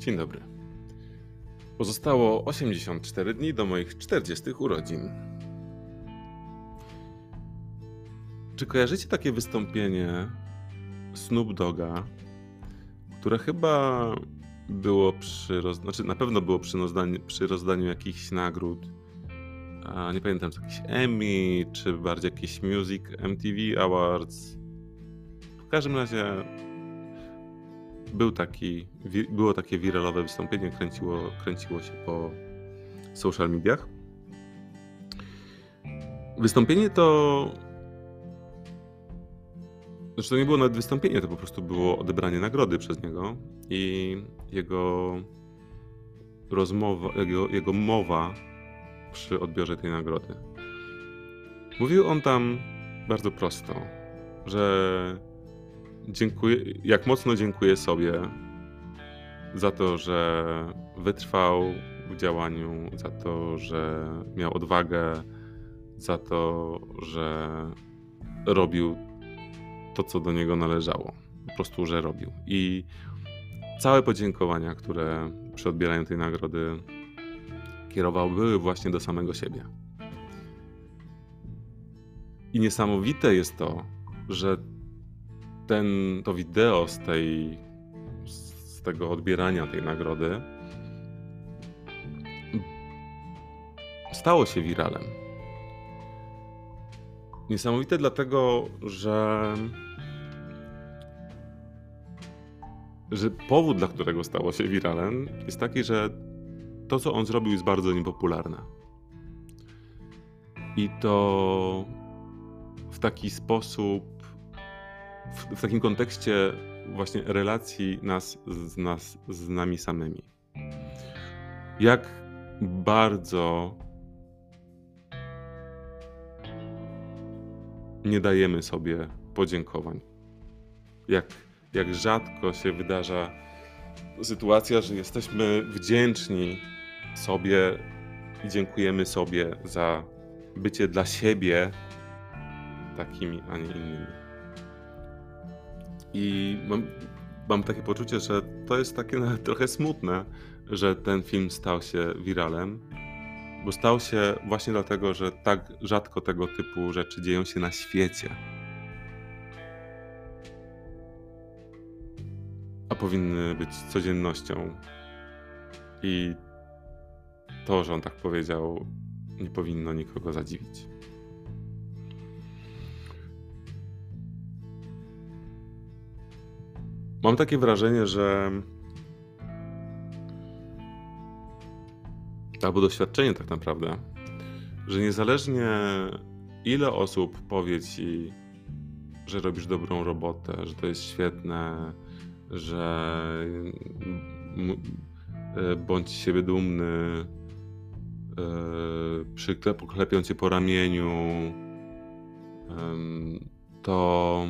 Dzień dobry. Pozostało 84 dni do moich 40 urodzin. Czy kojarzycie takie wystąpienie Snoop Dogga, które chyba było na pewno było przy rozdaniu jakichś nagród, a nie pamiętam, czy jakiś Emmy, czy bardziej jakiś Music MTV Awards. W każdym razie było takie wiralowe wystąpienie, kręciło się po social mediach. Wystąpienie to nie było nawet wystąpienie, to po prostu było odebranie nagrody przez niego i jego rozmowa, jego mowa przy odbiorze tej nagrody. Mówił on tam bardzo prosto, że jak mocno dziękuję sobie za to, że wytrwał w działaniu, za to, że miał odwagę, za to, że robił to, co do niego należało. Po prostu, że robił. I całe podziękowania, które przy odbieraniu tej nagrody kierował, były właśnie do samego siebie. I niesamowite jest to, że to wideo z tego odbierania tej nagrody stało się wiralem. Niesamowite dlatego, że powód, dla którego stało się wiralem, jest taki, że to, co on zrobił, jest bardzo niepopularne. I to w taki sposób, w takim kontekście właśnie relacji z nami samymi. Jak bardzo nie dajemy sobie podziękowań. Jak rzadko się wydarza sytuacja, że jesteśmy wdzięczni sobie i dziękujemy sobie za bycie dla siebie takimi, a nie innymi. I mam takie poczucie, że to jest takie nawet trochę smutne, że ten film stał się wiralem, bo stał się właśnie dlatego, że tak rzadko tego typu rzeczy dzieją się na świecie. A powinny być codziennością. I to, że on tak powiedział, nie powinno nikogo zadziwić. Mam takie wrażenie, albo doświadczenie tak naprawdę, że niezależnie ile osób powie ci, że robisz dobrą robotę, że to jest świetne, że bądź z siebie dumny, poklepią cię po ramieniu, to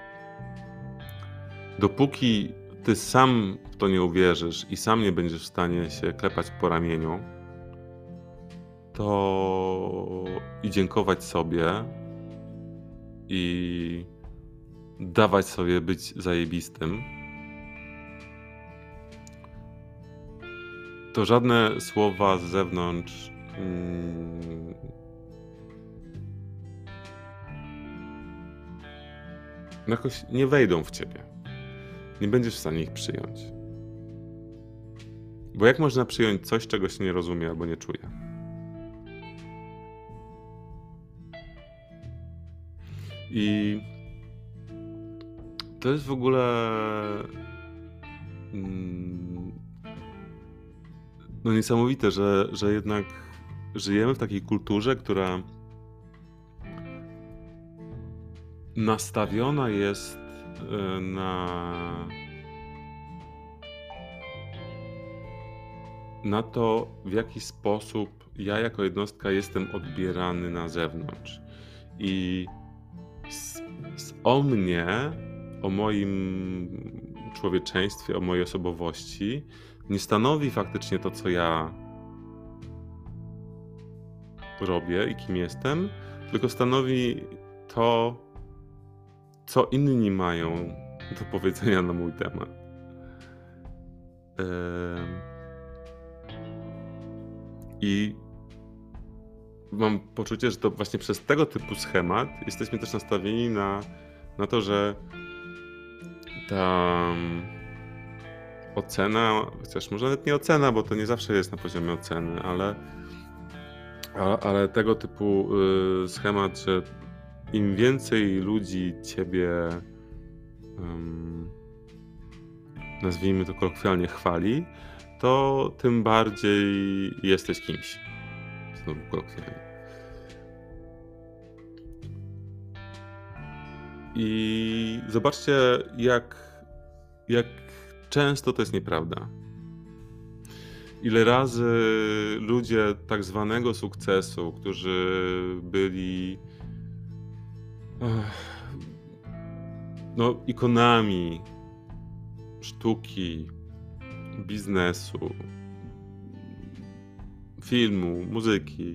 dopóki ty sam w to nie uwierzysz i sam nie będziesz w stanie się klepać po ramieniu, to i dziękować sobie i dawać sobie być zajebistym, to żadne słowa z zewnątrz jakoś nie wejdą w ciebie. Nie będziesz w stanie ich przyjąć. Bo jak można przyjąć coś, czego się nie rozumie albo nie czuje? I to jest w ogóle niesamowite, że jednak żyjemy w takiej kulturze, która nastawiona jest na to, w jaki sposób ja jako jednostka jestem odbierany na zewnątrz. I o mnie, o moim człowieczeństwie, o mojej osobowości nie stanowi faktycznie to, co ja robię i kim jestem, tylko stanowi to, co inni mają do powiedzenia na mój temat. I mam poczucie, że to właśnie przez tego typu schemat jesteśmy też nastawieni na to, że ta ocena, chociaż może nawet nie ocena, bo to nie zawsze jest na poziomie oceny, ale tego typu schemat, że im więcej ludzi ciebie, nazwijmy to kolokwialnie, chwali, to tym bardziej jesteś kimś. Znowu kolokwialnie. I zobaczcie, jak często to jest nieprawda. Ile razy ludzie tak zwanego sukcesu, którzy byli ikonami sztuki, biznesu, filmu, muzyki,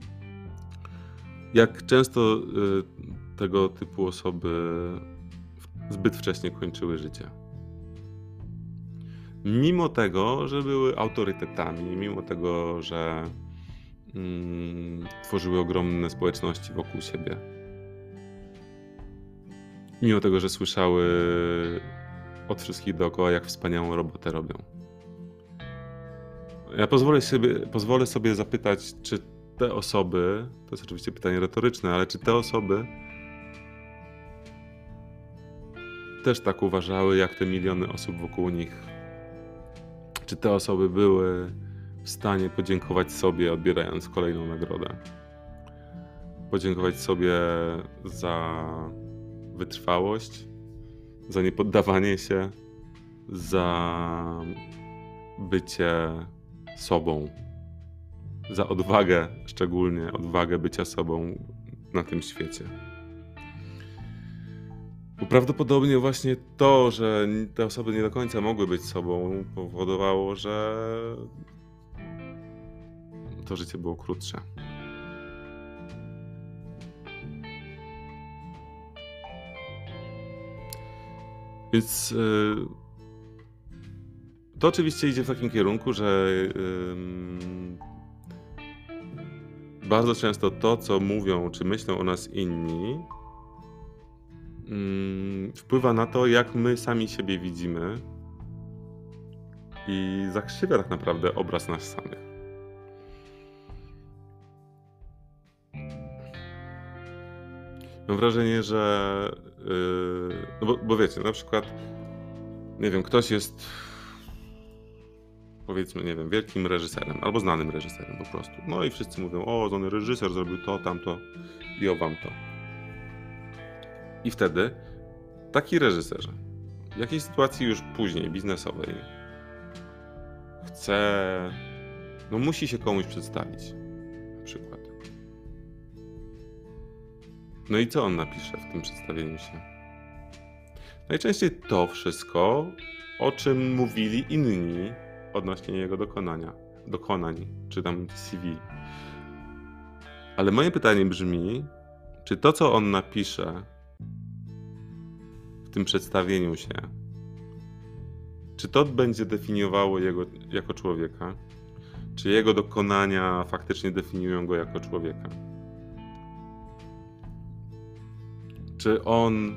jak często tego typu osoby zbyt wcześnie kończyły życie. Mimo tego, że były autorytetami, mimo tego, że tworzyły ogromne społeczności wokół siebie. Mimo tego, że słyszały od wszystkich dookoła, jak wspaniałą robotę robią. Ja pozwolę sobie zapytać, czy te osoby, to jest oczywiście pytanie retoryczne, ale czy te osoby też tak uważały, jak te miliony osób wokół nich? Czy te osoby były w stanie podziękować sobie, odbierając kolejną nagrodę? Podziękować sobie za wytrwałość, za niepoddawanie się, za bycie sobą, za odwagę, szczególnie odwagę bycia sobą na tym świecie. Bo prawdopodobnie właśnie to, że te osoby nie do końca mogły być sobą, powodowało, że to życie było krótsze. Więc to oczywiście idzie w takim kierunku, że bardzo często to, co mówią czy myślą o nas inni, wpływa na to, jak my sami siebie widzimy i zakrzywia tak naprawdę obraz nas samych. Mam wrażenie, że bo wiecie, na przykład, nie wiem, ktoś jest, powiedzmy, nie wiem, wielkim reżyserem albo znanym reżyserem po prostu. No i wszyscy mówią, o, znany reżyser zrobił to, tamto i owam to. I wtedy taki reżyser w jakiejś sytuacji już później biznesowej musi się komuś przedstawić, na przykład. No i co on napisze w tym przedstawieniu się? Najczęściej to wszystko, o czym mówili inni odnośnie jego dokonań, czy tam CV. Ale moje pytanie brzmi, czy to, co on napisze w tym przedstawieniu się, czy to będzie definiowało jego jako człowieka? Czy jego dokonania faktycznie definiują go jako człowieka? Czy on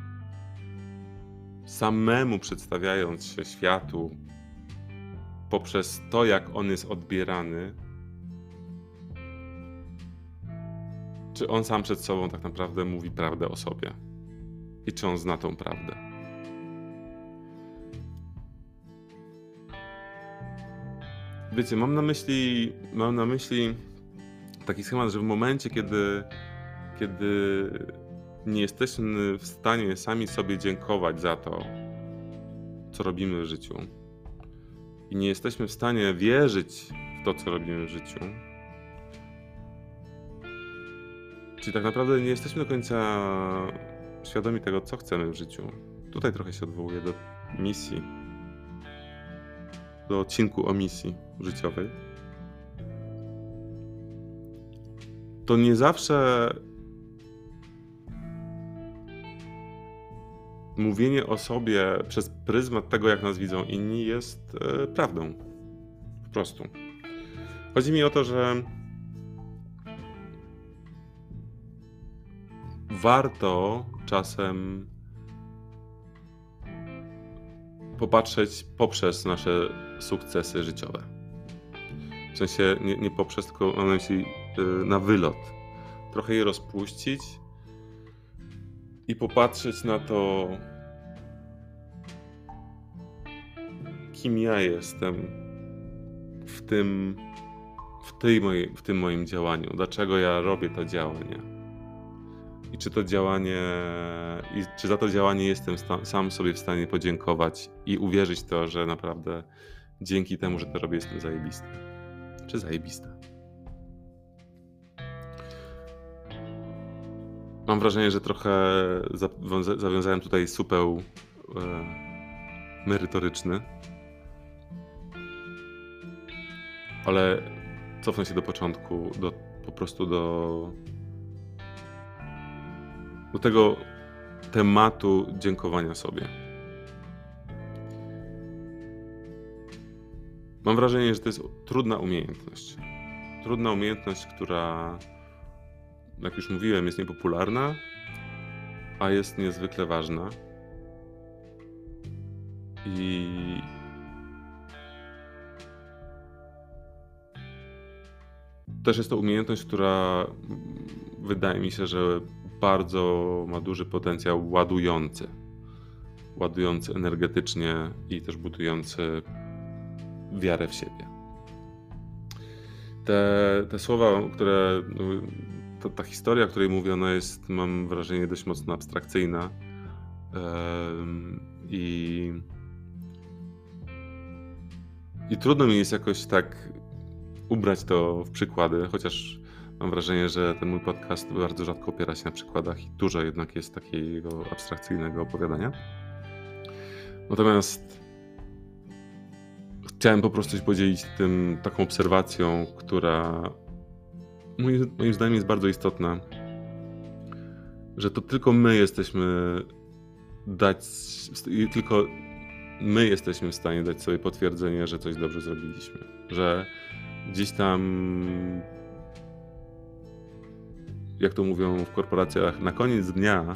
samemu przedstawiając się światu poprzez to, jak on jest odbierany, czy on sam przed sobą tak naprawdę mówi prawdę o sobie? I czy on zna tą prawdę? Wiecie, mam na myśli taki schemat, że w momencie, kiedy nie jesteśmy w stanie sami sobie dziękować za to, co robimy w życiu, i nie jesteśmy w stanie wierzyć w to, co robimy w życiu, czyli tak naprawdę nie jesteśmy do końca świadomi tego, co chcemy w życiu. Tutaj trochę się odwołuję do misji, do odcinku o misji życiowej. To nie zawsze mówienie o sobie przez pryzmat tego, jak nas widzą inni, jest prawdą. Po prostu. Chodzi mi o to, że warto czasem popatrzeć poprzez nasze sukcesy życiowe. W sensie nie poprzez, tylko mam na myśli na wylot. Trochę je rozpuścić i popatrzeć na to, kim ja jestem w tym moim działaniu. Dlaczego ja robię to działanie. I czy to działanie, czy za to działanie jestem sam sobie w stanie podziękować i uwierzyć w to, że naprawdę dzięki temu, że to robię, jestem zajebisty. Czy zajebista. Mam wrażenie, że trochę zawiązałem tutaj supeł merytoryczny. Ale cofnę się do początku, po prostu do tego tematu dziękowania sobie. Mam wrażenie, że to jest trudna umiejętność. Trudna umiejętność, która, jak już mówiłem, jest niepopularna, a jest niezwykle ważna. I też jest to umiejętność, która wydaje mi się, że bardzo ma duży potencjał ładujący energetycznie i też budujący wiarę w siebie. Te słowa, ta historia, o której mówię, ona jest, mam wrażenie, dość mocno abstrakcyjna i trudno mi jest jakoś tak ubrać to w przykłady, chociaż mam wrażenie, że ten mój podcast bardzo rzadko opiera się na przykładach i dużo jednak jest takiego abstrakcyjnego opowiadania. Natomiast chciałem po prostu się podzielić tym taką obserwacją, która moim zdaniem jest bardzo istotna, że to tylko my jesteśmy w stanie dać sobie potwierdzenie, że coś dobrze zrobiliśmy, że gdzieś tam, jak to mówią w korporacjach, na koniec dnia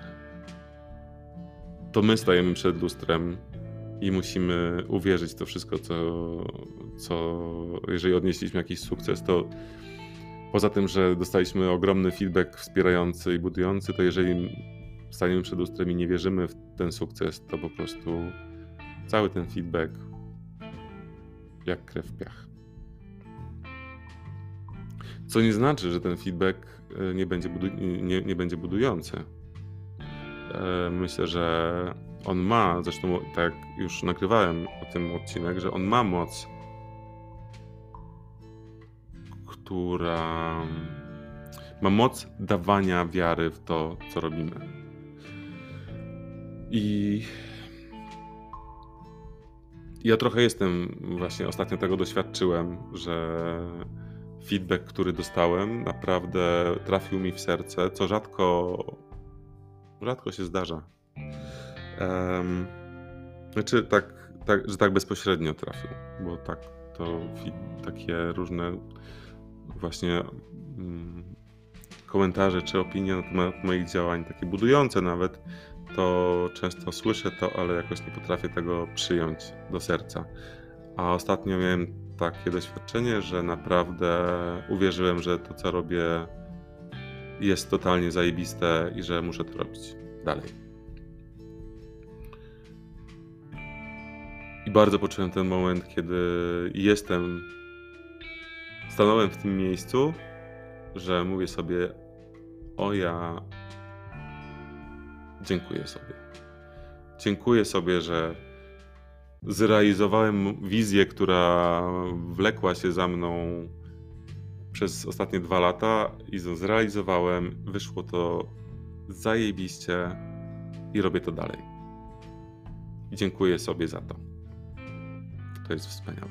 to my stajemy przed lustrem i musimy uwierzyć w to wszystko, jeżeli odnieśliśmy jakiś sukces, to poza tym, że dostaliśmy ogromny feedback wspierający i budujący, to jeżeli staniemy przed lustrem i nie wierzymy w ten sukces, to po prostu cały ten feedback jak krew w piach. Co nie znaczy, że ten feedback nie będzie budujący. Myślę, że on ma, zresztą tak jak już nagrywałem o tym odcinek, że on ma moc, która ma moc dawania wiary w to, co robimy. I ja trochę właśnie ostatnio tego doświadczyłem, że feedback, który dostałem, naprawdę trafił mi w serce, co rzadko się zdarza. Znaczy że tak bezpośrednio trafił, bo takie różne właśnie komentarze czy opinie na temat moich działań, takie budujące nawet, to często słyszę to, ale jakoś nie potrafię tego przyjąć do serca. A ostatnio miałem takie doświadczenie, że naprawdę uwierzyłem, że to, co robię, jest totalnie zajebiste i że muszę to robić dalej. I bardzo poczułem ten moment, kiedy stanąłem w tym miejscu, że mówię sobie, ja dziękuję sobie. Dziękuję sobie, że zrealizowałem wizję, która wlekła się za mną przez ostatnie 2 lata i zrealizowałem, wyszło to zajebiście i robię to dalej. I dziękuję sobie za to. To jest wspaniałe.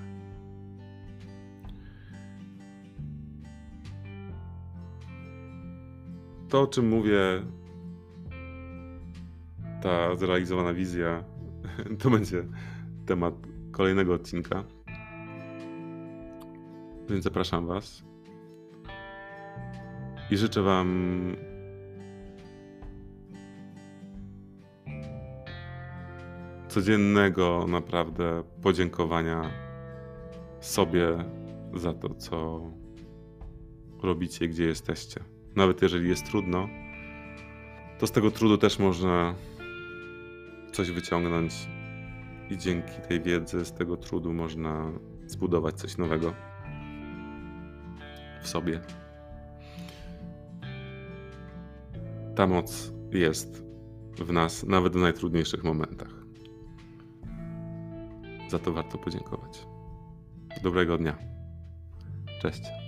To, o czym mówię, ta zrealizowana wizja to będzie temat kolejnego odcinka. Więc zapraszam Was i życzę Wam codziennego naprawdę podziękowania sobie za to, co robicie i gdzie jesteście. Nawet jeżeli jest trudno, to z tego trudu też można coś wyciągnąć i dzięki tej wiedzy z tego trudu można zbudować coś nowego w sobie. Ta moc jest w nas nawet w najtrudniejszych momentach. Za to warto podziękować. Dobrego dnia. Cześć.